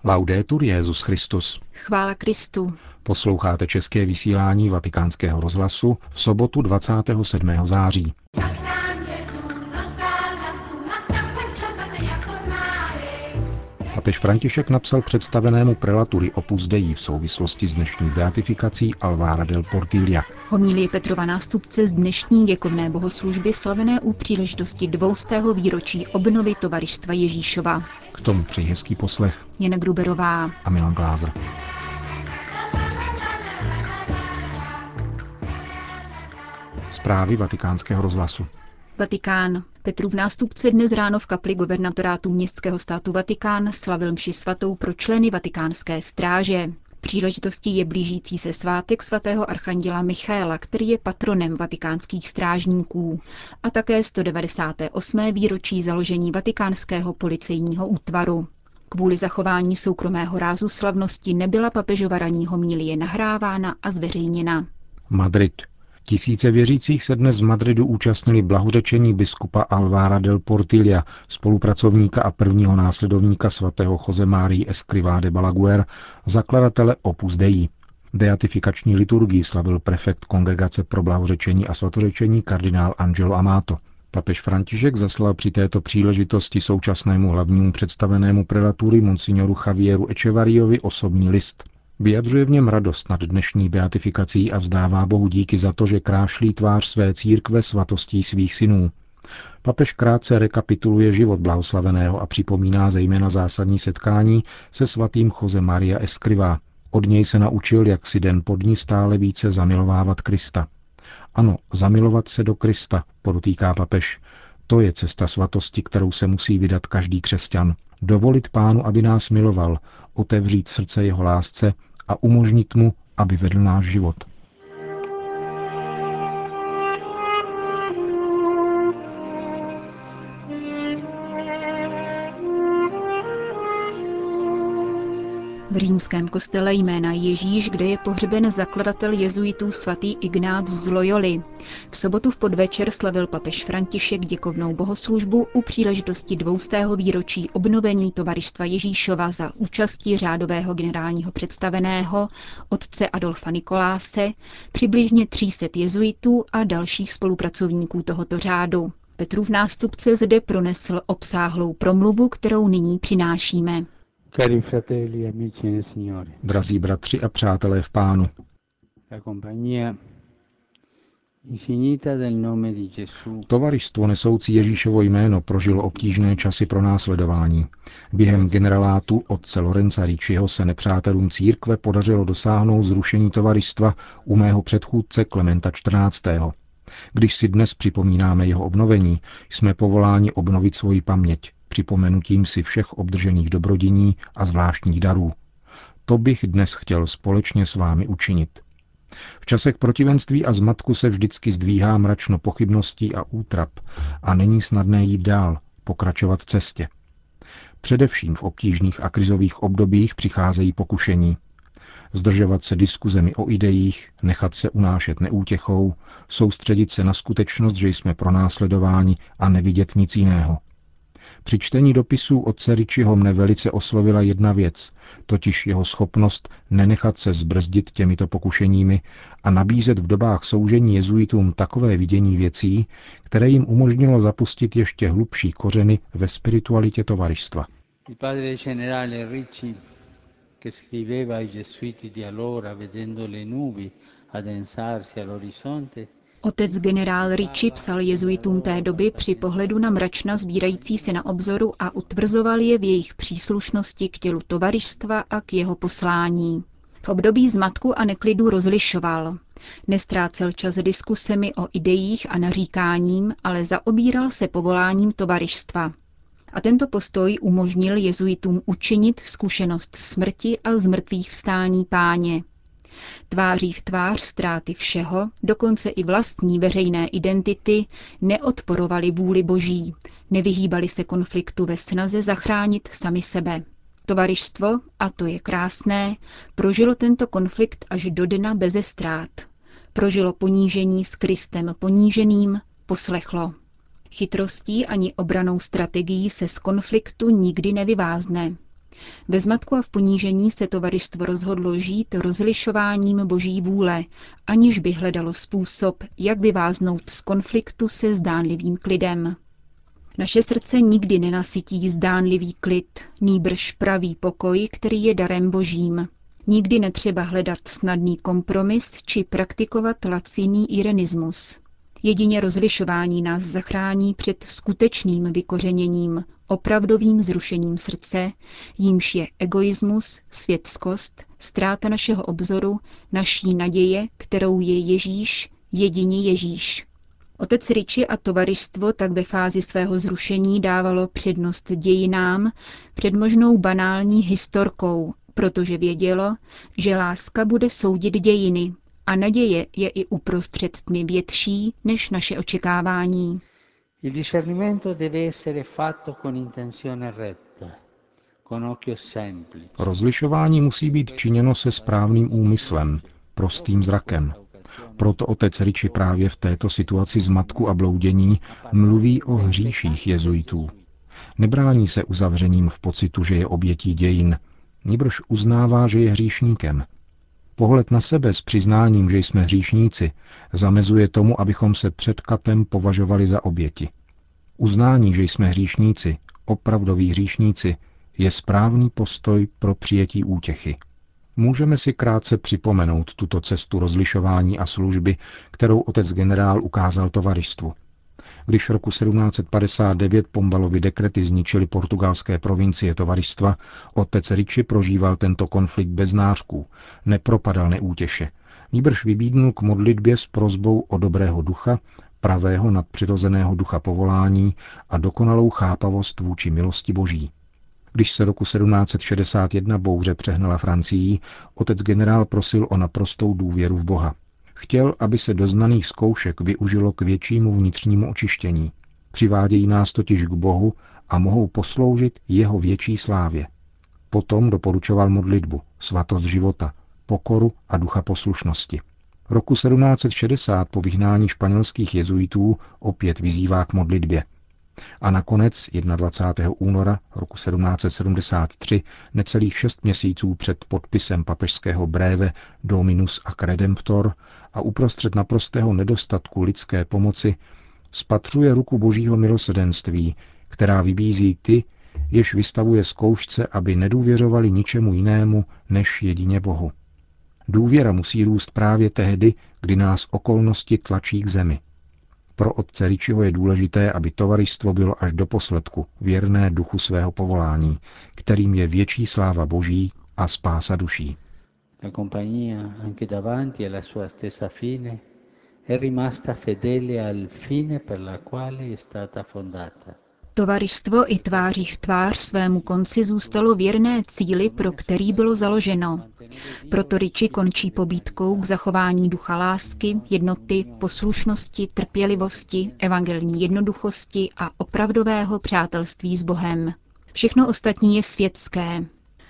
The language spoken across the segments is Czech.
Laudetur Jesus Christus. Chvála Kristu. Posloucháte české vysílání Vatikánského rozhlasu v sobotu 27. září. Papež František napsal představenému prelatury Opus Dei v souvislosti s dnešní beatifikací Alvara del Portilla. Homilie Petrova nástupce z dnešní děkovné bohoslužby slavené u příležitosti 200. výročí obnovy Tovaristva Ježíšova. K tomu přeji hezký poslech Jana Gruberová a Milan Glázer. Zprávy Vatikánského rozhlasu. Vatikán. Petrův nástupce dnes ráno v kapli guvernatorátu městského státu Vatikán slavil mši svatou pro členy vatikánské stráže. Příležitostí je blížící se svátek svatého archanděla Michaela, který je patronem vatikánských strážníků, a také 198. výročí založení vatikánského policejního útvaru. Kvůli zachování soukromého rázu slavnosti nebyla papežova ranní homilie nahrávána a zveřejněna. Madrid. Tisíce věřících se dnes v Madridu účastnili blahořečení biskupa Alvara del Portilla, spolupracovníka a prvního následovníka svatého Jose Marii Escrivá de Balaguer, zakladatele Opus Dei. Beatifikační liturgii slavil prefekt Kongregace pro blahořečení a svatořečení kardinál Angelo Amato. Papež František zaslal při této příležitosti současnému hlavnímu představenému prelatury monsignoru Javieru Echevarriovi osobní list. Vyjadřuje v něm radost nad dnešní beatifikací a vzdává Bohu díky za to, že krášlí tvář své církve svatostí svých synů. Papež krátce rekapituluje život blahoslaveného a připomíná zejména zásadní setkání se svatým Jose Maria Escrivá. Od něj se naučil, jak si den po dni stále více zamilovávat Krista. Ano, zamilovat se do Krista, podotýká papež. To je cesta svatosti, kterou se musí vydat každý křesťan. Dovolit Pánu, aby nás miloval, otevřít srdce jeho lásce a umožnit mu, aby vedl náš život. V římském kostele jména Ježíš, kde je pohřben zakladatel jezuitů svatý Ignác z Loyoli. V sobotu v podvečer slavil papež František děkovnou bohoslužbu u příležitosti 200. výročí obnovení Tovaristva Ježíšova za účasti řádového generálního představeného otce Adolfa Nikoláse, přibližně 300 jezuitů a dalších spolupracovníků tohoto řádu. Petrův nástupce zde pronesl obsáhlou promluvu, kterou nyní přinášíme. Cari fratelli, amici nel Signore. Drazí bratři a přátelé v Pánu. La compagnia insignita del nome di Gesù. Tovaristvo nesoucí Ježíšovo jméno prožilo obtížné časy pronásledování. Během generalátu otce Lorenza Ricciho se nepřátelům církve podařilo dosáhnout zrušení tovaristva u mého předchůdce Klementa XIV. Když si dnes připomínáme jeho obnovení, jsme povoláni obnovit svoji paměť, připomenutím si všech obdržených dobrodiní a zvláštních darů. To bych dnes chtěl společně s vámi učinit. V časech protivenství a zmatku se vždycky zdvíhá mračno pochybností a útrap a není snadné jít dál, pokračovat v cestě. Především v obtížných a krizových obdobích přicházejí pokušení. Zdržovat se diskuzemi o ideích, nechat se unášet neútěchou, soustředit se na skutečnost, že jsme pronásledováni a nevidět nic jiného. Při čtení dopisů otce Ricciho mne velice oslovila jedna věc, totiž jeho schopnost nenechat se zbrzdit těmito pokušeními a nabízet v dobách soužení jezuitům takové vidění věcí, které jim umožnilo zapustit ještě hlubší kořeny ve spiritualitě tovaristva. Il padre generale Ricci, che scriveva ai gesuiti di allora vedendo le nubi addensarsi all'orizzonte. Otec generál Ricci psal jezuitům té doby při pohledu na mračna sbírající se na obzoru a utvrzoval je v jejich příslušnosti k tělu tovaristva a k jeho poslání. V období zmatku a neklidu rozlišoval. Nestrácel čas diskusemi o ideích a naříkáním, ale zaobíral se povoláním tovaristva. A tento postoj umožnil jezuitům učinit zkušenost smrti a zmrtvých vstání Páně. Tváří v tvář ztráty všeho, dokonce i vlastní veřejné identity, neodporovali vůli Boží, nevyhýbali se konfliktu ve snaze zachránit sami sebe. Tovaristvo, a to je krásné, prožilo tento konflikt až do dna beze ztrát. Prožilo ponížení s Kristem poníženým, poslechlo. Chytrostí ani obranou strategií se z konfliktu nikdy nevyvázne. Ve zmatku a v ponížení se tovaristvo rozhodlo žít rozlišováním boží vůle, aniž by hledalo způsob, jak vyváznout z konfliktu se zdánlivým klidem. Naše srdce nikdy nenasytí zdánlivý klid, nýbrž pravý pokoj, který je darem božím. Nikdy netřeba hledat snadný kompromis či praktikovat laciný irenismus. Jedině rozlišování nás zachrání před skutečným vykořeněním, opravdovým zrušením srdce, jímž je egoismus, světskost, ztráta našeho obzoru, naší naděje, kterou je Ježíš, jedině Ježíš. Otec Ricci a tovaristvo tak ve fázi svého zrušení dávalo přednost dějinám před možnou banální historkou, protože vědělo, že láska bude soudit dějiny a naděje je i uprostřed tmy větší než naše očekávání. Il discernimento deve essere fatto con intenzione retta, con occhio semplice. Rozlišování musí být činěno se správným úmyslem, prostým zrakem. Proto otec Ricci právě v této situaci zmatku a bloudění mluví o hříších jezuitů. Nebrání se uzavřením v pocitu, že je obětí dějin, nýbrž uznává, že je hříšníkem. Pohled na sebe s přiznáním, že jsme hříšníci, zamezuje tomu, abychom se před katem považovali za oběti. Uznání, že jsme hříšníci, opravdoví hříšníci, je správný postoj pro přijetí útěchy. Můžeme si krátce připomenout tuto cestu rozlišování a služby, kterou otec generál ukázal tovarištvu. Když roku 1759 Pombalovi dekrety zničili portugalské provincie tovaristva, otec Ricci prožíval tento konflikt bez nářků, nepropadal neútěše, nýbrž vybídnul k modlitbě s prosbou o dobrého ducha, pravého nadpřirozeného ducha povolání a dokonalou chápavost vůči milosti boží. Když se roku 1761 bouře přehnala Francií, otec generál prosil o naprostou důvěru v Boha. Chtěl, aby se doznaných zkoušek využilo k většímu vnitřnímu očištění. Přivádějí nás totiž k Bohu a mohou posloužit jeho větší slávě. Potom doporučoval modlitbu, svatost života, pokoru a ducha poslušnosti. Roku 1760 po vyhnání španělských jezuitů opět vyzývá k modlitbě. A nakonec 21. února roku 1773, necelých 6 měsíců před podpisem papežského bréve Dominus ac Redemptor a uprostřed naprostého nedostatku lidské pomoci, spatřuje ruku božího milosrdenství, která vybízí ty, jež vystavuje zkoušce, aby nedůvěřovali ničemu jinému než jedině Bohu. Důvěra musí růst právě tehdy, kdy nás okolnosti tlačí k zemi. Pro otce Ricciho je důležité, aby tovaristvo bylo až do posledku věrné duchu svého povolání, kterým je větší sláva boží a spása duší. La compagnia, anche davanti alla sua stessa fine, è rimasta fedele al fine per la quale è stata fondata. Tovaristvo i tváří v tvář svému konci zůstalo věrné cíli, pro který bylo založeno. Proto Ricci končí pobídkou k zachování ducha lásky, jednoty, poslušnosti, trpělivosti, evangelní jednoduchosti a opravdového přátelství s Bohem. Všechno ostatní je světské.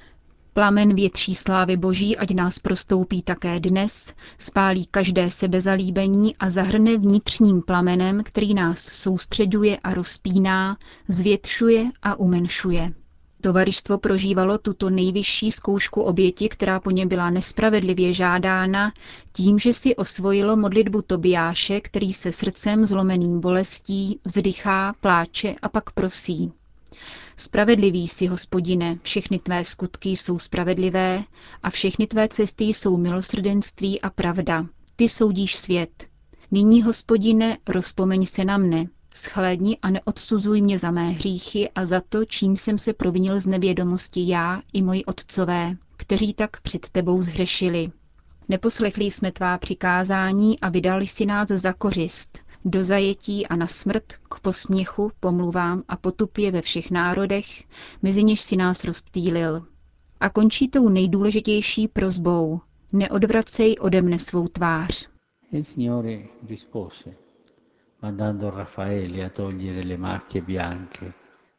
Plamen větší slávy boží, ať nás prostoupí také dnes, spálí každé sebezalíbení a zahrne vnitřním plamenem, který nás soustřeďuje a rozpíná, zvětšuje a umenšuje. Tovaristvo prožívalo tuto nejvyšší zkoušku oběti, která po něm byla nespravedlivě žádána, tím, že si osvojilo modlitbu Tobiáše, který se srdcem zlomeným bolestí vzdychá, pláče a pak prosí. Spravedlivý jsi, Hospodine, všechny tvé skutky jsou spravedlivé a všechny tvé cesty jsou milosrdenství a pravda. Ty soudíš svět. Nyní, Hospodine, rozpomeň se na mne, shlédni a neodsuzuj mě za mé hříchy a za to, čím jsem se provinil z nevědomosti já i moji otcové, kteří tak před tebou zhřešili. Neposlechli jsme tvá přikázání a vydali si nás za kořist, do zajetí a na smrt, k posměchu, pomluvám a potupě ve všech národech, mezi něž si nás rozptýlil. A končí tou nejdůležitější prosbou. Neodvracej ode mne svou tvář. Il Signore rispose, mandando Raffaele a togliere le macchie bianche.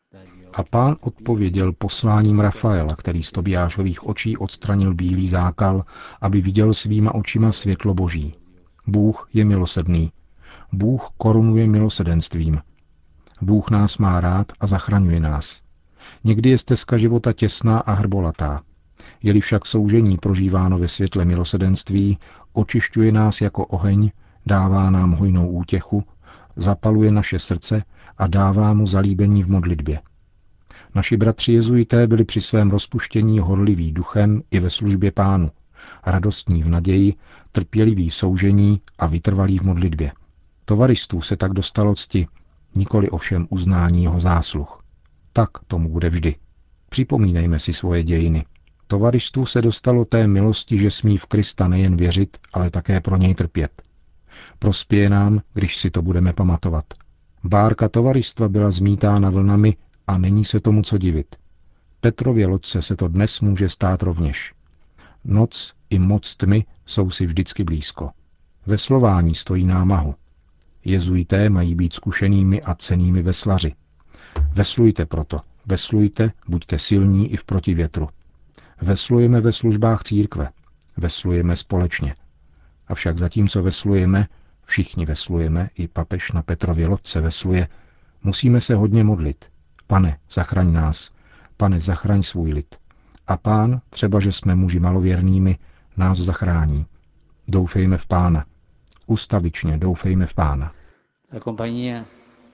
A Pán odpověděl posláním Rafaela, který z Tobiášových očí odstranil bílý zákal, aby viděl svýma očima světlo boží. Bůh je milosrdný. Bůh korunuje milosrdenstvím. Bůh nás má rád a zachraňuje nás. Někdy je stezka života těsná a hrbolatá. Je-li však soužení prožíváno ve světle milosedenství, očišťuje nás jako oheň, dává nám hojnou útěchu, zapaluje naše srdce a dává mu zalíbení v modlitbě. Naši bratři jezuité byli při svém rozpuštění horliví duchem i ve službě Pánu, radostní v naději, trpěliví v soužení a vytrvalí v modlitbě. Tovaristů se tak dostalo cti, nikoli ovšem uznání jeho zásluh. Tak tomu bude vždy. Připomínejme si svoje dějiny. Tovaristů se dostalo té milosti, že smí v Krista nejen věřit, ale také pro něj trpět. Prospěje nám, když si to budeme pamatovat. Bárka tovaristva byla zmítána vlnami a není se tomu co divit. Petrově loďce se to dnes může stát rovněž. Noc i moc tmy jsou si vždycky blízko. Veslování stojí námahu. Jezuité mají být zkušenými a cennými veslaři. Veslujte proto, veslujte, buďte silní i v protivětru. Veslujeme ve službách církve, veslujeme společně. Avšak zatímco veslujeme, všichni veslujeme, i papež na Petrově lodce vesluje, musíme se hodně modlit. Pane, zachraň nás, Pane, zachraň svůj lid. A Pán, třeba že jsme muži malověrnými, nás zachrání. Doufejme v Pána. Ustavičně doufejme v Pána. La compagnia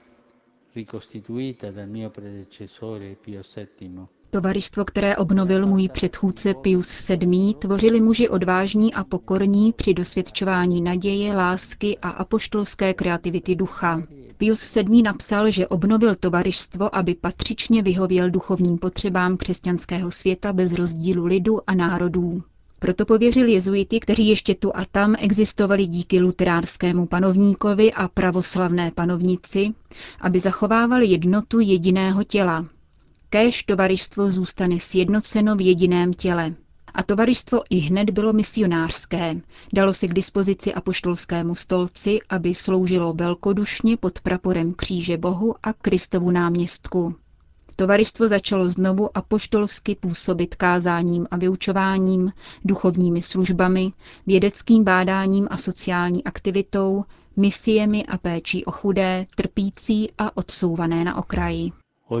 ricostituita dal mio predecessore Pio VII. Tovaristvo, které obnovil můj předchůdce Pius VII., tvořili muži odvážní a pokorní při dosvědčování naděje, lásky a apoštolské kreativity ducha. Pius VII. Napsal, že obnovil tovaristvo, aby patřičně vyhověl duchovním potřebám křesťanského světa bez rozdílu lidu a národů. Proto pověřil jezuity, kteří ještě tu a tam existovali díky luteránskému panovníkovi a pravoslavné panovnici, aby zachovávali jednotu jediného těla. Kéž tovaristvo zůstane sjednoceno v jediném těle. A tovaristvo ihned bylo misionářské. Dalo se k dispozici apoštolskému stolci, aby sloužilo velkodušně pod praporem kříže Bohu a Kristovu náměstku. Tovaristvo začalo znovu apoštolsky působit kázáním a vyučováním, duchovními službami, vědeckým bádáním a sociální aktivitou, misiemi a péčí o chudé, trpící a odsouvané na okraji.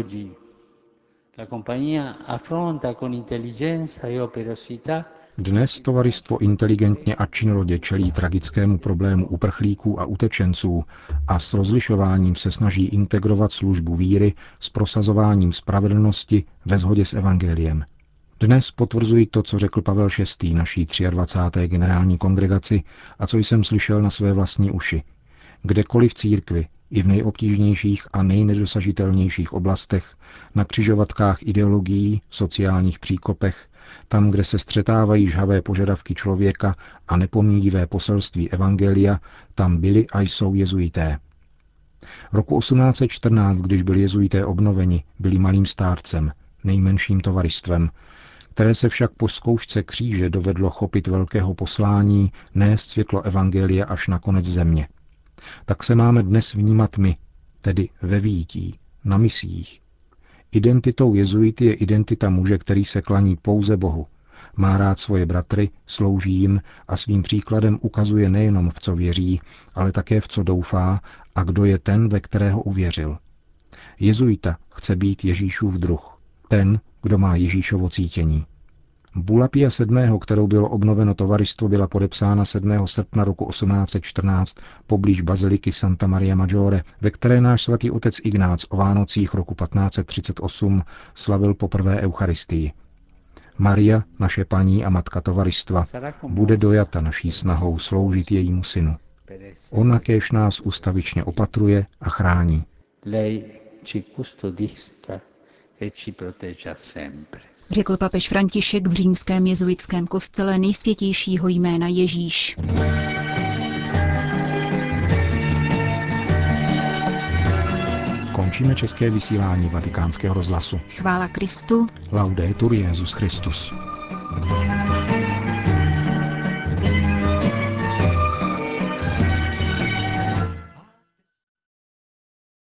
Dnes tovaristvo inteligentně a činorodě čelí tragickému problému uprchlíků a utečenců a s rozlišováním se snaží integrovat službu víry s prosazováním spravedlnosti ve shodě s evangeliem. Dnes potvrzuji to, co řekl Pavel VI. Naší 23. generální kongregaci a co jsem slyšel na své vlastní uši. Kdekoliv v církvi, i v nejobtížnějších a nejnedosažitelnějších oblastech, na křižovatkách ideologií, sociálních příkopech, tam, kde se střetávají žhavé požadavky člověka a nepomíjivé poselství evangelia, tam byli a jsou jezuité. Roku 1814, když byli jezuité obnoveni, byli malým stárcem, nejmenším tovaristvem, které se však po zkoušce kříže dovedlo chopit velkého poslání nést světlo evangelia až na konec země. Tak se máme dnes vnímat my, tedy ve výjití, na misiích. Identitou jezuity je identita muže, který se klaní pouze Bohu. Má rád svoje bratry, slouží jim a svým příkladem ukazuje nejenom v co věří, ale také v co doufá a kdo je ten, ve kterého uvěřil. Jezuita chce být Ježíšův druh, ten, kdo má Ježíšovo cítění. Bula Pia VII., kterou bylo obnoveno tovaristvo, byla podepsána 7. srpna roku 1814 poblíž baziliky Santa Maria Maggiore, ve které náš svatý otec Ignác o Vánocích roku 1538 slavil poprvé Eucharistii. Maria, naše paní a matka tovaristva, bude dojata naší snahou sloužit jejímu synu. Ona kéž nás ustavičně opatruje a chrání. Řekl papež František v římském jezuitském kostele nejsvětějšího jména Ježíš. Končíme české vysílání Vatikánského rozhlasu. Chvála Kristu. Laudetur Jesus Christus.